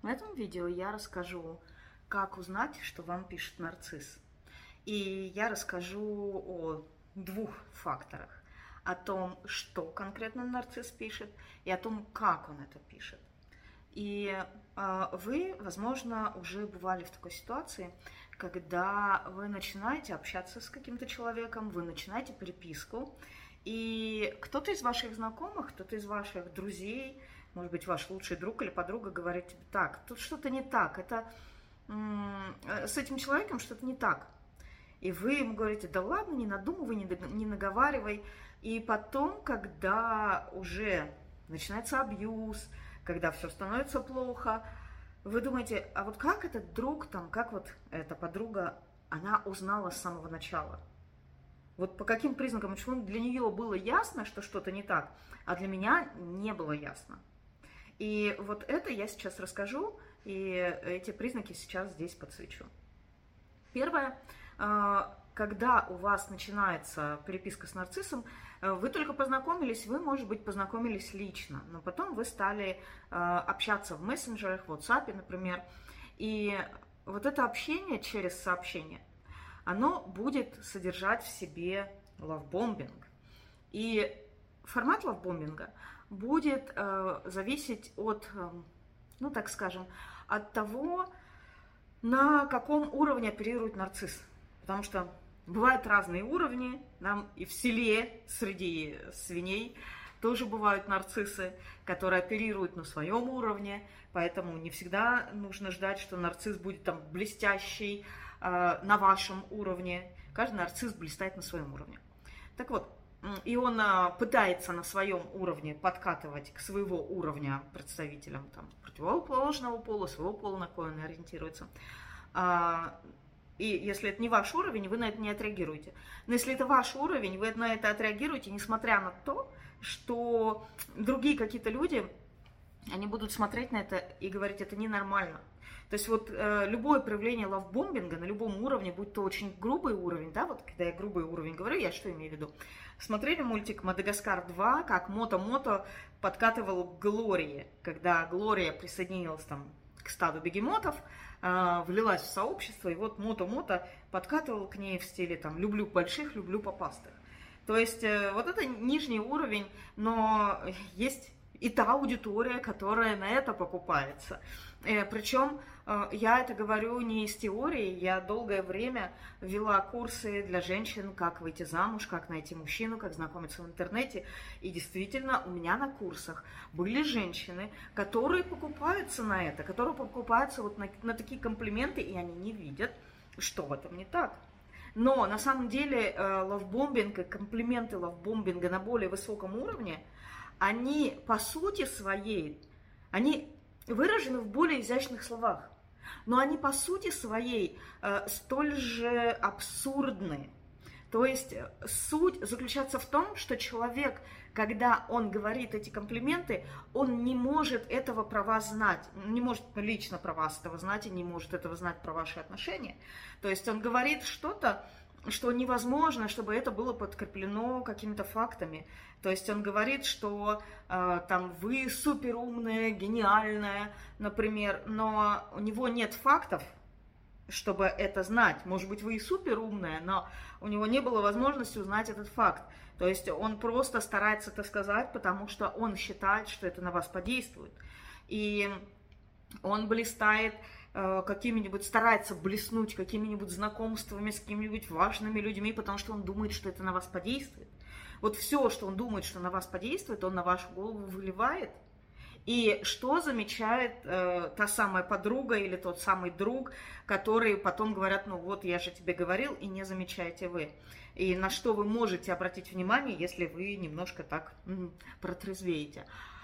В этом видео я расскажу, как узнать, что вам пишет нарцисс. И я расскажу о двух факторах. О том, что конкретно нарцисс пишет, и о том, как он это пишет. И вы, возможно, уже бывали в такой ситуации, когда вы начинаете общаться с каким-то человеком, вы начинаете переписку, и кто-то из ваших знакомых, кто-то из ваших друзей, может быть, ваш лучший друг или подруга говорит тебе: так, тут что-то не так, с этим человеком что-то не так. И вы ему говорите: да ладно, не надумывай, не наговаривай. И потом, когда уже начинается абьюз, когда все становится плохо, вы думаете: а вот как этот друг, как вот эта подруга, она узнала с самого начала? Вот по каким признакам, почему для нее было ясно, что что-то не так, а для меня не было ясно. И вот это я сейчас расскажу, и эти признаки сейчас здесь подсвечу. Первое, когда у вас начинается переписка с нарциссом, вы только познакомились, вы, может быть, познакомились лично, но потом вы стали общаться в мессенджерах, в WhatsApp, например, и вот это общение через сообщение, оно будет содержать в себе лавбомбинг. И формат лавбомбинга будет зависеть от, так скажем, от того, на каком уровне оперирует нарцисс. Потому что бывают разные уровни, нам и в селе среди свиней тоже бывают нарциссы, которые оперируют на своем уровне, поэтому не всегда нужно ждать, что нарцисс будет там блестящий на вашем уровне. Каждый нарцисс блистает на своем уровне. Так вот, и он пытается на своем уровне подкатывать к своего уровня представителям противоположного пола, своего пола, на кой он ориентируется. И если это не ваш уровень, вы на это не отреагируете. Но если это ваш уровень, вы на это отреагируете, несмотря на то, что другие какие-то люди, они будут смотреть на это и говорить: это ненормально. То есть вот любое проявление лавбомбинга на любом уровне, будь то очень грубый уровень, да, вот когда я грубый уровень говорю, я что имею в виду? Смотрели мультик «Мадагаскар 2», как Мото-Мото подкатывал к Глории, когда Глория присоединилась к стаду бегемотов, влилась в сообщество, и вот Мото-Мото подкатывал к ней в стиле «люблю больших, люблю попастых». То есть вот это нижний уровень, но есть и та аудитория, которая на это покупается. Причем я это говорю не из теории, я долгое время вела курсы для женщин, как выйти замуж, как найти мужчину, как знакомиться в интернете. И действительно, у меня на курсах были женщины, которые покупаются на это, которые покупаются вот на такие комплименты, и они не видят, что в этом не так. Но на самом деле лавбомбинг и комплименты лавбомбинга на более высоком уровне, они по сути своей, они выражены в более изящных словах, но они по сути своей столь же абсурдны. То есть суть заключается в том, что человек, когда он говорит эти комплименты, он не может этого про вас знать, не может лично про вас этого знать и не может этого знать про ваши отношения. То есть он говорит что-то, что невозможно, чтобы это было подкреплено какими-то фактами. То есть он говорит, что вы суперумная, гениальная, например, но у него нет фактов, чтобы это знать. Может быть, вы и суперумная, но у него не было возможности узнать этот факт. То есть он просто старается это сказать, потому что он считает, что это на вас подействует. И он блистает старается блеснуть какими-нибудь знакомствами с какими-нибудь важными людьми, потому что он думает, что это на вас подействует. Вот все, что он думает, что на вас подействует, он на вашу голову выливает. И что замечает та самая подруга или тот самый друг, которые потом говорят: ну вот, я же тебе говорил, и не замечаете вы. И на что вы можете обратить внимание, если вы немножко так протрезвеете.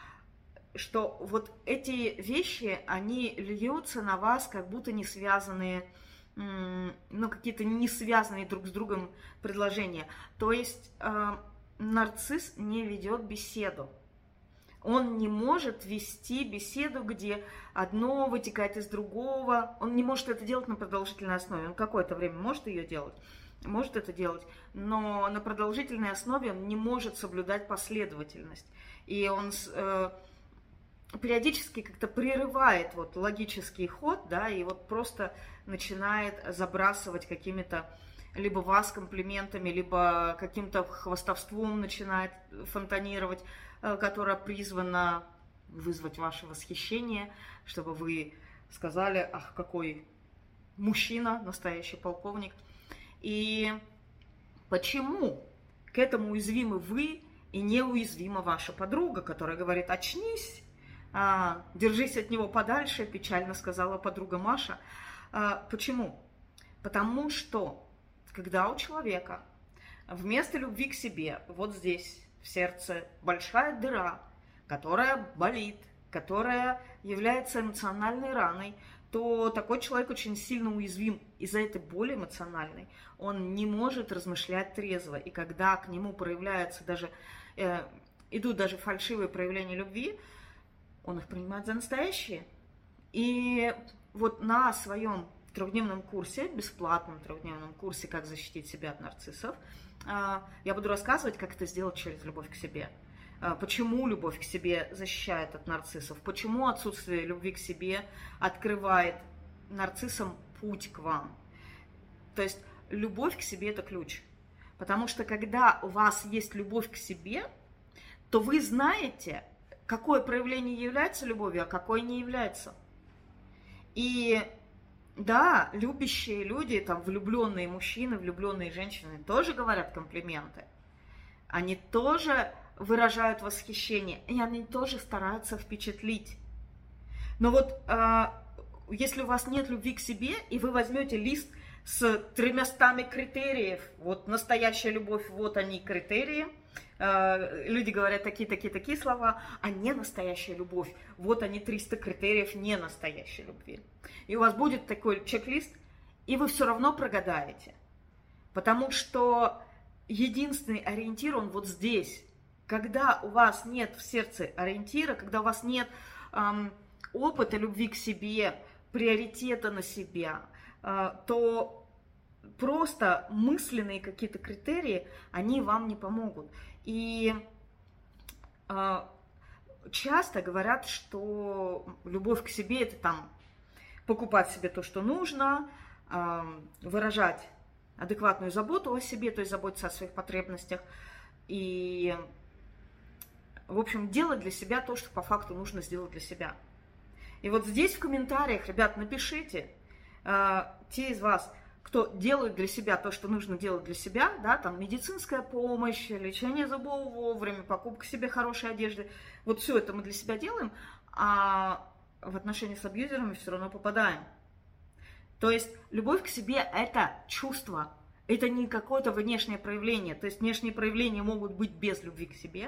Что вот эти вещи, они льются на вас, как будто не связанные, какие-то не связанные друг с другом предложения. То есть нарцисс не ведет беседу. Он не может вести беседу, где одно вытекает из другого. Он не может это делать на продолжительной основе. Он какое-то время может ее делать, может это делать, но на продолжительной основе он не может соблюдать последовательность. И он периодически как-то прерывает вот логический ход, да, и вот просто начинает забрасывать какими-то либо вас комплиментами, либо каким-то хвастовством начинает фонтанировать, которое призвано вызвать ваше восхищение, чтобы вы сказали: ах, какой мужчина, настоящий полковник. И почему к этому уязвимы вы и неуязвима ваша подруга, которая говорит: очнись, держись от него подальше, печально сказала подруга Маша. Почему? Потому что, когда у человека вместо любви к себе вот здесь, в сердце, большая дыра, которая болит, которая является эмоциональной раной, то такой человек очень сильно уязвим. Из-за этой боли эмоциональной он не может размышлять трезво. И когда к нему проявляются даже, идут даже фальшивые проявления любви, он их принимает за настоящие. И вот на своем трехдневном курсе, бесплатном трехдневном курсе «Как защитить себя от нарциссов», я буду рассказывать, как это сделать через любовь к себе. Почему любовь к себе защищает от нарциссов, почему отсутствие любви к себе открывает нарциссам путь к вам. То есть любовь к себе – это ключ. Потому что когда у вас есть любовь к себе, то вы знаете, какое проявление является любовью, а какое не является. И да, любящие люди, там, влюбленные мужчины, влюбленные женщины тоже говорят комплименты. Они тоже выражают восхищение, и они тоже стараются впечатлить. Но вот если у вас нет любви к себе, и вы возьмете лист с 300 критериев, вот настоящая любовь, вот они критерии, люди говорят такие слова, а не настоящая любовь, вот они 300 критериев не настоящей любви. И у вас будет такой чек-лист, и вы все равно прогадаете. Потому что единственный ориентир, он вот здесь. Когда у вас нет в сердце ориентира, когда у вас нет опыта любви к себе, приоритета на себя, то просто мысленные какие-то критерии, они вам не помогут. И часто говорят, что любовь к себе – это там покупать себе то, что нужно, выражать адекватную заботу о себе, то есть заботиться о своих потребностях. И, в общем, делать для себя то, что по факту нужно сделать для себя. И вот здесь в комментариях, ребят, напишите, те из вас, кто делают для себя то, что нужно делать для себя, да, там медицинская помощь, лечение зубов вовремя, покупка себе хорошей одежды, вот все это мы для себя делаем, а в отношении с абьюзерами все равно попадаем. То есть любовь к себе – это чувство, это не какое-то внешнее проявление. То есть внешние проявления могут быть без любви к себе,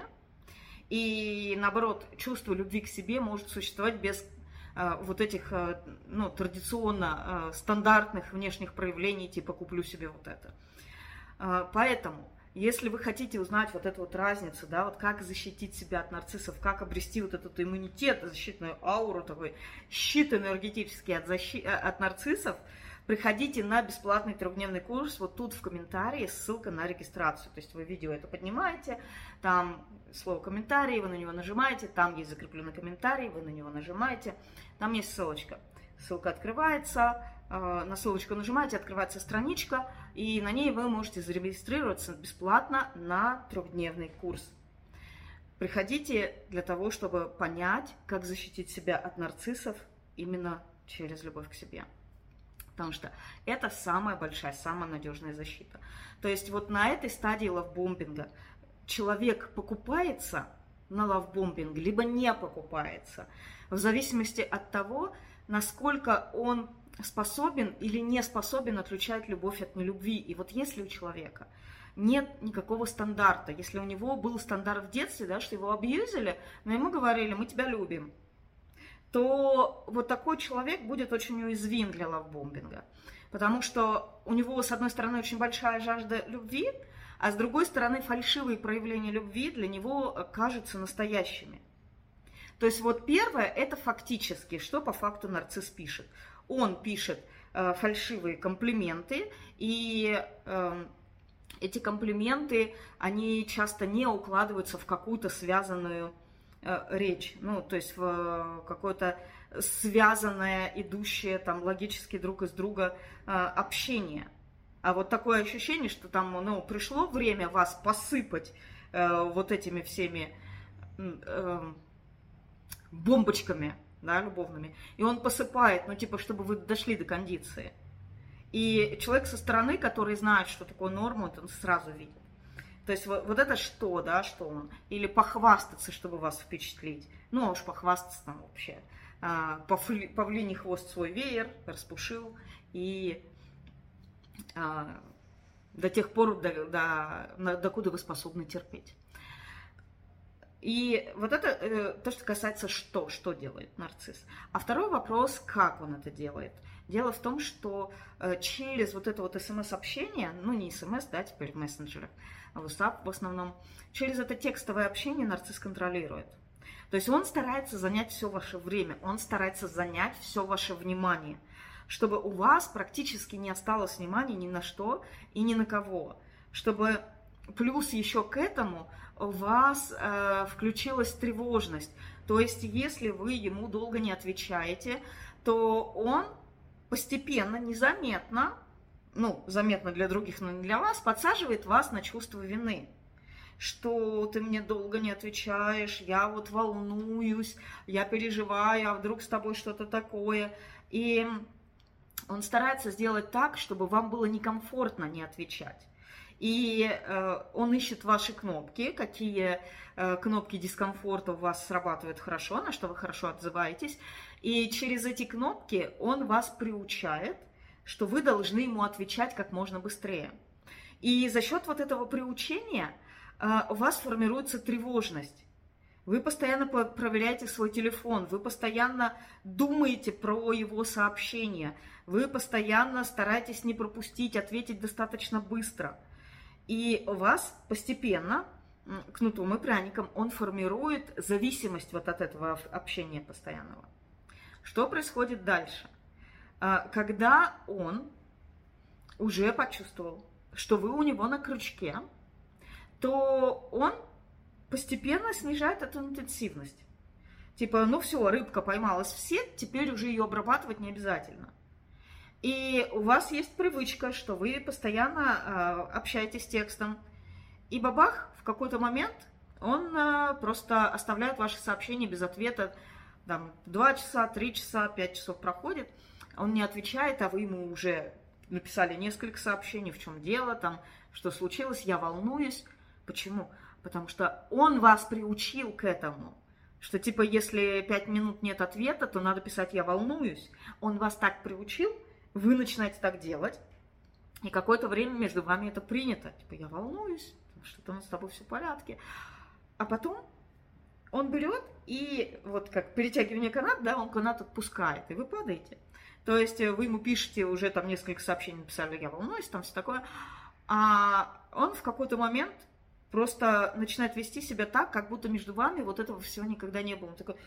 и наоборот, чувство любви к себе может существовать без вот этих, ну, традиционно стандартных внешних проявлений, типа «куплю себе вот это». Поэтому, если вы хотите узнать вот эту вот разницу, да, вот как защитить себя от нарциссов, как обрести вот этот иммунитет, защитную ауру, такой щит энергетический от нарциссов, приходите на бесплатный трехдневный курс, вот тут в комментарии ссылка на регистрацию. То есть вы видео это поднимаете, там слово «комментарий», вы на него нажимаете, там есть закрепленный комментарий, вы на него нажимаете, там есть ссылочка. Ссылка открывается, на ссылочку нажимаете, открывается страничка, и на ней вы можете зарегистрироваться бесплатно на трехдневный курс. Приходите для того, чтобы понять, как защитить себя от нарциссов именно через любовь к себе. Потому что это самая большая, самая надежная защита. То есть вот на этой стадии лавбомбинга человек покупается на лавбомбинг, либо не покупается, в зависимости от того, насколько он способен или не способен отличать любовь от нелюбви. И вот если у человека нет никакого стандарта, если у него был стандарт в детстве, да, что его абьюзили, но ему говорили: мы тебя любим, то вот такой человек будет очень уязвим для лавбомбинга. Потому что у него, с одной стороны, очень большая жажда любви, а с другой стороны, фальшивые проявления любви для него кажутся настоящими. То есть вот первое – это фактически, что по факту нарцисс пишет. Он пишет фальшивые комплименты, и эти комплименты, они часто не укладываются в какую-то связанную речь, ну, то есть в какое-то связанное, идущее там логически друг из друга общение. А вот такое ощущение, что там, ну, пришло время вас посыпать вот этими всеми бомбочками, да, любовными, и он посыпает, ну, типа, чтобы вы дошли до кондиции. И человек со стороны, который знает, что такое норма, он сразу видит. То есть вот это что, да, что он? Или похвастаться, чтобы вас впечатлить. Ну, а уж похвастаться там вообще. Павлиний хвост свой веер распушил, и до тех пор, докуда вы способны терпеть. И вот это то, что касается что делает нарцисс. А второй вопрос, как он это делает. Дело в том, что через вот это вот смс-общение, ну не смс, да, теперь в мессенджерах, а WhatsApp в основном, через это текстовое общение нарцисс контролирует. То есть он старается занять все ваше время, он старается занять все ваше внимание, чтобы у вас практически не осталось внимания ни на что и ни на кого. Чтобы плюс еще к этому у вас включилась тревожность. То есть если вы ему долго не отвечаете, то он постепенно, незаметно, ну, заметно для других, но не для вас, подсаживает вас на чувство вины. Что ты мне долго не отвечаешь, я вот волнуюсь, я переживаю, а вдруг с тобой что-то такое. И он старается сделать так, чтобы вам было некомфортно не отвечать. И он ищет ваши кнопки, какие кнопки дискомфорта у вас срабатывают хорошо, на что вы хорошо отзываетесь. И через эти кнопки он вас приучает, что вы должны ему отвечать как можно быстрее. И за счет вот этого приучения у вас формируется тревожность. Вы постоянно проверяете свой телефон, вы постоянно думаете про его сообщения, вы постоянно стараетесь не пропустить, ответить достаточно быстро. И у вас постепенно, кнутом и пряником, он формирует зависимость вот от этого общения постоянного. Что происходит дальше? Когда он уже почувствовал, что вы у него на крючке, то он постепенно снижает эту интенсивность. Типа, ну все, рыбка поймалась в сеть, теперь уже ее обрабатывать не обязательно. И у вас есть привычка, что вы постоянно общаетесь текстом. И бабах, в какой-то момент он просто оставляет ваши сообщения без ответа. Там 2 часа, 3 часа, 5 часов проходит, он не отвечает, а вы ему уже написали несколько сообщений, в чем дело, там, что случилось, я волнуюсь. Почему? Потому что он вас приучил к этому, что типа если 5 минут нет ответа, то надо писать «я волнуюсь». Он вас так приучил, вы начинаете так делать, и какое-то время между вами это принято. Типа «я волнуюсь, что-то у нас с тобой все в порядке». А потом он берет и вот как перетягивание каната, да, он канат отпускает, и вы падаете. То есть вы ему пишете, уже там несколько сообщений написали «я волнуюсь», там все такое, а он в какой-то момент просто начинает вести себя так, как будто между вами вот этого всего никогда не было. Он такой: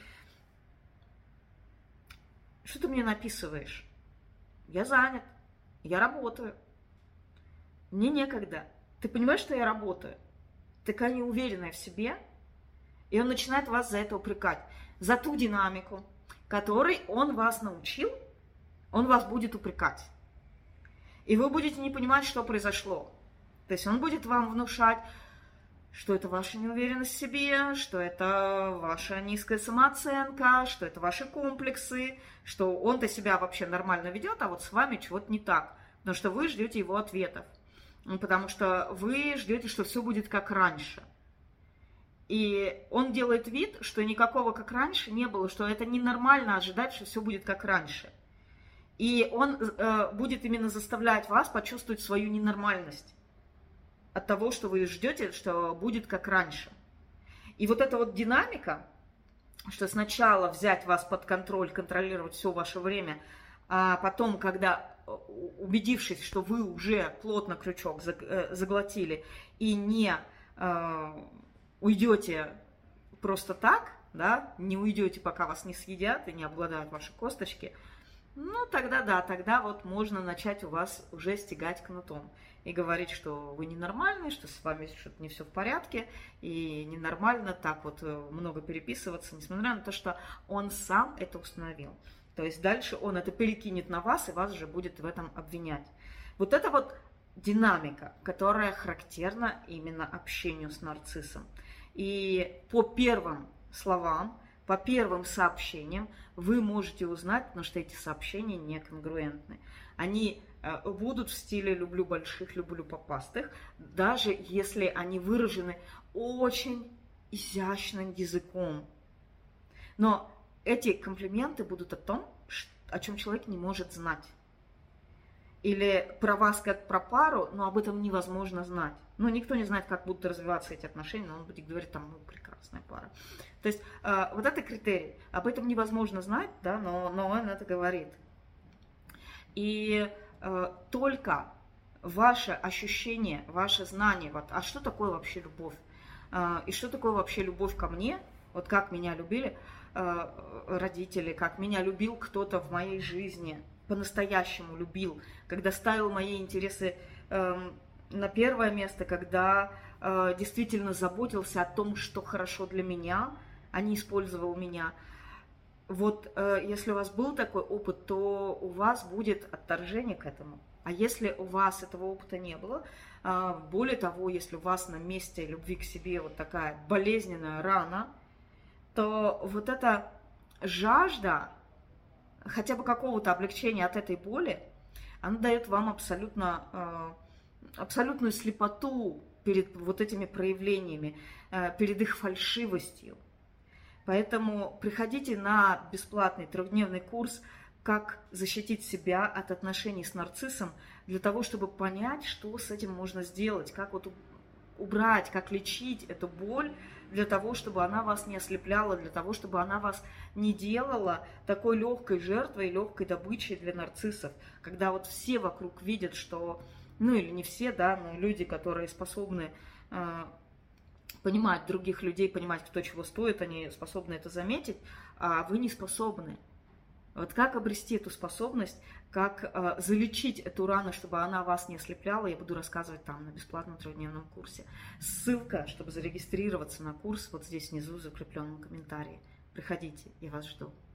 что ты мне написываешь? Я занят, я работаю, мне некогда. Ты понимаешь, что я работаю? Такая неуверенная в себе. И он начинает вас за это упрекать. За ту динамику, которой он вас научил, он вас будет упрекать. И вы будете не понимать, что произошло. То есть он будет вам внушать, что это ваша неуверенность в себе, что это ваша низкая самооценка, что это ваши комплексы, что он-то себя вообще нормально ведет, а вот с вами чего-то не так. Потому что вы ждете его ответов. Потому что вы ждете, что все будет как раньше. И он делает вид, что никакого как раньше не было, что это ненормально ожидать, что все будет как раньше. И он будет именно заставлять вас почувствовать свою ненормальность от того, что вы ждете, что будет как раньше. И вот эта вот динамика, что сначала взять вас под контроль, контролировать все ваше время, а потом, когда, убедившись, что вы уже плотно крючок заглотили и не уйдете просто так, да, не уйдете, пока вас не съедят и не обгладают ваши косточки, ну тогда да, тогда вот можно начать у вас уже стегать кнутом и говорить, что вы ненормальный, что с вами что-то не все в порядке, и ненормально так вот много переписываться, несмотря на то, что он сам это установил. То есть дальше он это перекинет на вас, и вас же будет в этом обвинять. Вот это вот динамика, которая характерна именно общению с нарциссом. И по первым словам, по первым сообщениям вы можете узнать, потому что эти сообщения не конгруентны. Они будут в стиле «люблю больших, люблю попастых», даже если они выражены очень изящным языком. Но эти комплименты будут о том, о чем человек не может знать. Или про вас как про пару, но об этом невозможно знать. Ну, никто не знает, как будут развиваться эти отношения, но он будет говорить, там, ну, прекрасная пара. То есть вот это критерий. Об этом невозможно знать, да, но он это говорит. И только ваше ощущение, ваше знание, вот, а что такое вообще любовь? И что такое вообще любовь ко мне? Вот как меня любили родители, как меня любил кто-то в моей жизни, по-настоящему любил, когда ставил мои интересы на первое место, когда действительно заботился о том, что хорошо для меня, а не использовал меня. Вот если у вас был такой опыт, то у вас будет отторжение к этому. А если у вас этого опыта не было, более того, если у вас на месте любви к себе вот такая болезненная рана, то вот эта жажда хотя бы какого-то облегчения от этой боли, она дает вам абсолютную слепоту перед вот этими проявлениями, перед их фальшивостью. Поэтому приходите на бесплатный трехдневный курс «Как защитить себя от отношений с нарциссом», для того, чтобы понять, что с этим можно сделать, как вот убрать, как лечить эту боль, для того, чтобы она вас не ослепляла, для того, чтобы она вас не делала такой легкой жертвой, легкой добычей для нарциссов. Когда вот все вокруг видят, что, ну или не все, да, но люди, которые способны понимать других людей, понимать, кто чего стоит, они способны это заметить, а вы не способны. Вот как обрести эту способность, как залечить эту рану, чтобы она вас не ослепляла, я буду рассказывать там на бесплатном трехдневном курсе. Ссылка, чтобы зарегистрироваться на курс, вот здесь внизу в закрепленном комментарии. Приходите, я вас жду.